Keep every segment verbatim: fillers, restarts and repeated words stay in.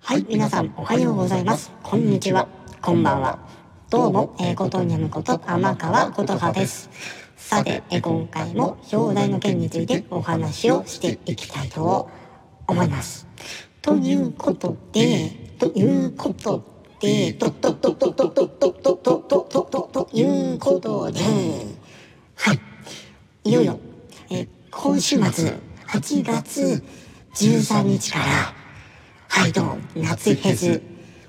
はい、皆さんおはようございます。こんにちは。こんばんは。どうも、えー、ことにゃむこと天川ことはです。さて、えー、今回も表題の件についてお話をしていきたいと思います。ということで、ということで、と、と、と、と、と、と、と、と、と、と、と、と、ということで、はい、いよいよ、えー、今週末、はちがつじゅうさんにちから、はい、どうも、夏フェス、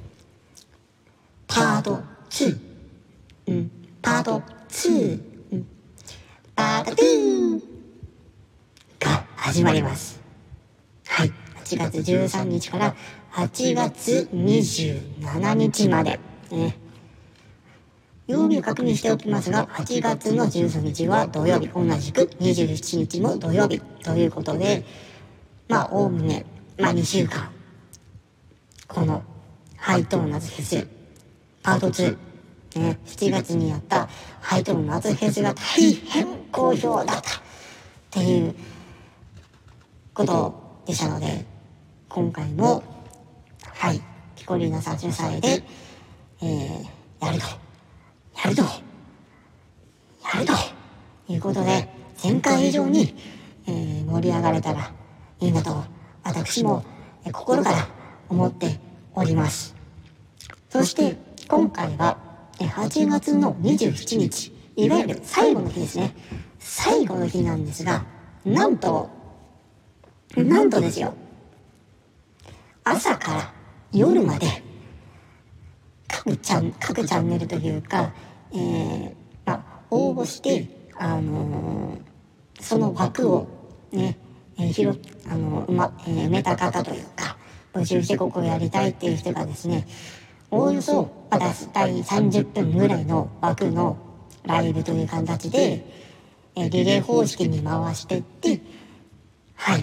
パートツー、うん、パートツー、うん、パートツーが始まります。はい、はちがつじゅうさんにちからはちがつにじゅうしちにちまで、ね。曜日を確認しておきますが、はちがつのじゅうさんにちは土曜日、同じくにじゅうしちにちも土曜日ということで、まあ、おおむね、まあ、にしゅうかん、このハイトーン夏フェスパートツー、ね、しちがつにやったハイトーン夏フェスが大変好評だったっていうことでしたので、今回もはい、ピコリーナさん主催で、えー、やるとやるとやるということで、前回以上に、えー、盛り上がれたらいいなと私も、えー、心から思っております。そして今回ははちがつのにじゅうしちにち、いわゆる最後の日ですね。最後の日なんですが、なんとなんとですよ、朝から夜まで各チャン各チャンネルというか、えーまあ、応募して、あのー、その枠をね、えー、広あのーまえー、埋めた方というか、募集してここをやりたいっていう人がですね、おおよそ、まあ、だいさんじゅっぷんぐらいの枠のライブという形で、えー、リレー方式に回していって、はい、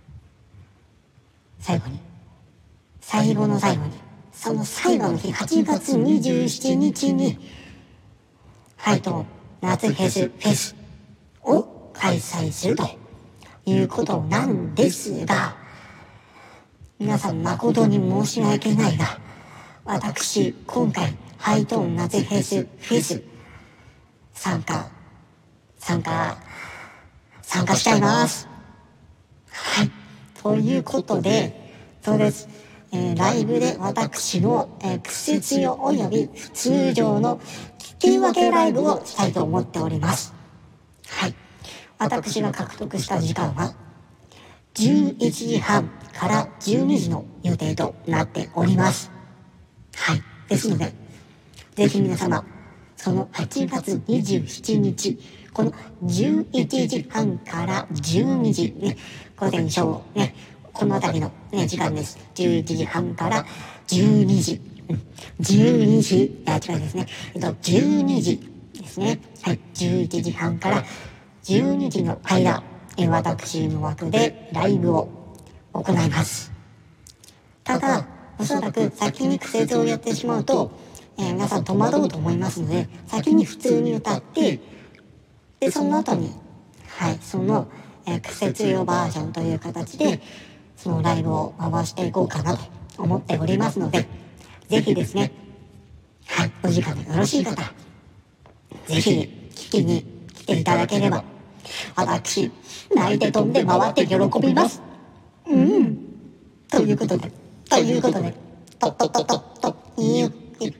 最後に最後の最後にその最後の日、はちがつにじゅうしちにちにハイトーン夏フェスフェスを開催するということなんですが、皆さん誠に申し訳ないが、私今回ハイトーン夏フェスフェス参加参加参加しちゃいます。はい、ということで、そうです、えー、ライブで私の、えー、クセ強および通常の聞き分けライブをしたいと思っております。はい、私が獲得した時間はじゅういちじはんからじゅうにじの予定となっております。はい、ですのでぜひ皆様、そのはちがつにじゅうしちにち、このじゅういちじはんからじゅうにじね、午前正ね、このあたりの、ね、時間です。じゅういちじはんからじゅうにじ、うん、じゅうにじ、いや違いですね、えっとじゅうにじですね。はい、じゅういちじはんからじゅうにじの間、え私の枠でライブを行います。ただ、おそらく先に苦節をやってしまうと、えー、皆さん戸惑うと思いますので、先に普通に歌って、でその後に、はい、その、えー、苦節用バージョンという形でそのライブを回していこうかなと思っておりますので、ぜひですね、はい、お時間のよろしい方、ぜひ聞きに来ていただければ、私泣いて飛んで回って喜びます。うん。ということで、ということで、ととととという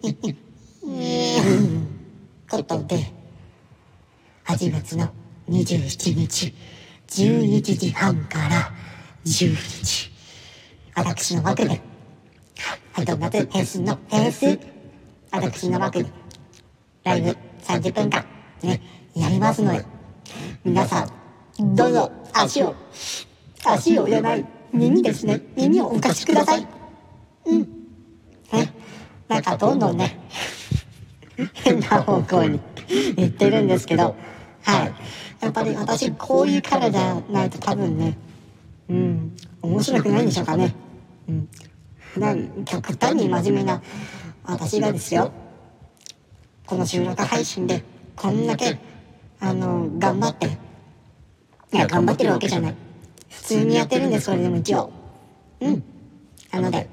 ことで、はちがつのにじゅうしちにち、じゅういちじはんからじゅうにじ、私の枠で、はい、ドーナツフェスのフェス、私の枠で、ライブさんじゅっぷんかん、ね、やりますので、皆さん、どうぞ足を、足をじゃない、耳ですね、耳をお貸しください。うん。ね、なんかどんどんね、変な方向に言ってるんですけど、はい。やっぱり私こういうキャラじゃないと多分ね、うん、面白くないんでしょうかね。うん。普段極端に真面目な私がですよ、この収録配信でこんだけ、あの、頑張って、いや、頑張ってるわけじゃない。普通にやってるんです、それでも一応。うん。なので、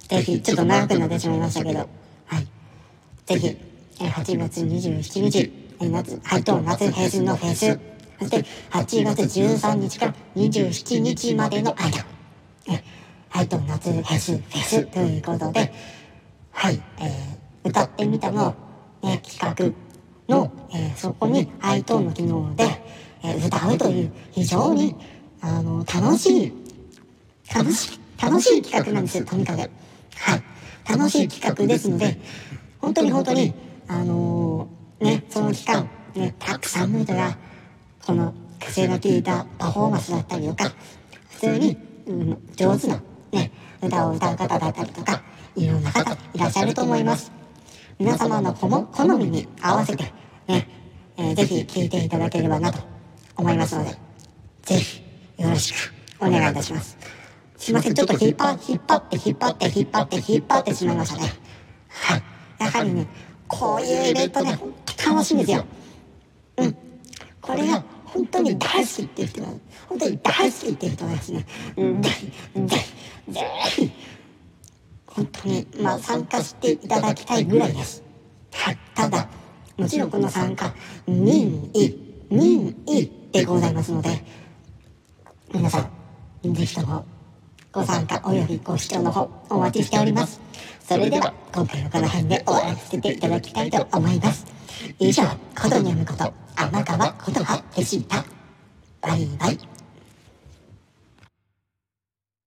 ぜひ、ちょっと長くなってしまいましたけど、はい。ぜひ、はちがつにじゅうしちにち、夏、ハイトーン夏フェスのフェス、そしてはちがつじゅうさんにちからにじゅうしちにちまでの間、ハイトーン夏フェスフェスということで、はい、えー、歌ってみたの、ね、企画の、えー、そこにハイトーンの機能で、えー、歌うという非常にあの楽しい楽しい楽しい企画なんですよ、とにかく。はい、楽しい企画ですので、本当に本当にあのー、ね、その期間ね、たくさんの人がこの癖の効いたパフォーマンスだったりとか、普通に、うん、上手なね歌を歌う方だったりとか、いろんな方いらっしゃると思います。皆様の好みに合わせてね、えー、ぜひ聴いていただければなと思いますので、ぜひよろしくお願いいたします。すいません、ちょっと引っ張引っ張って引っ張って引っ張って引っ張ってしまいましたね。はい、やはりね、こういうイベントね、本当楽しいんですよ。うん、これが本当に大好きっていう人は、本当に大好きっていう人はですね、ぜひぜひぜひ本当に、まあ、参加していただきたいぐらいです。はい、ただもちろんこの参加任意任意でございますので、皆さんぜひともご参加およびご視聴の方お待ちしております。それでは今回はこの辺で終わらせていただきたいと思います。以上、ことにゃむこと天川琴葉でした。バイバイ。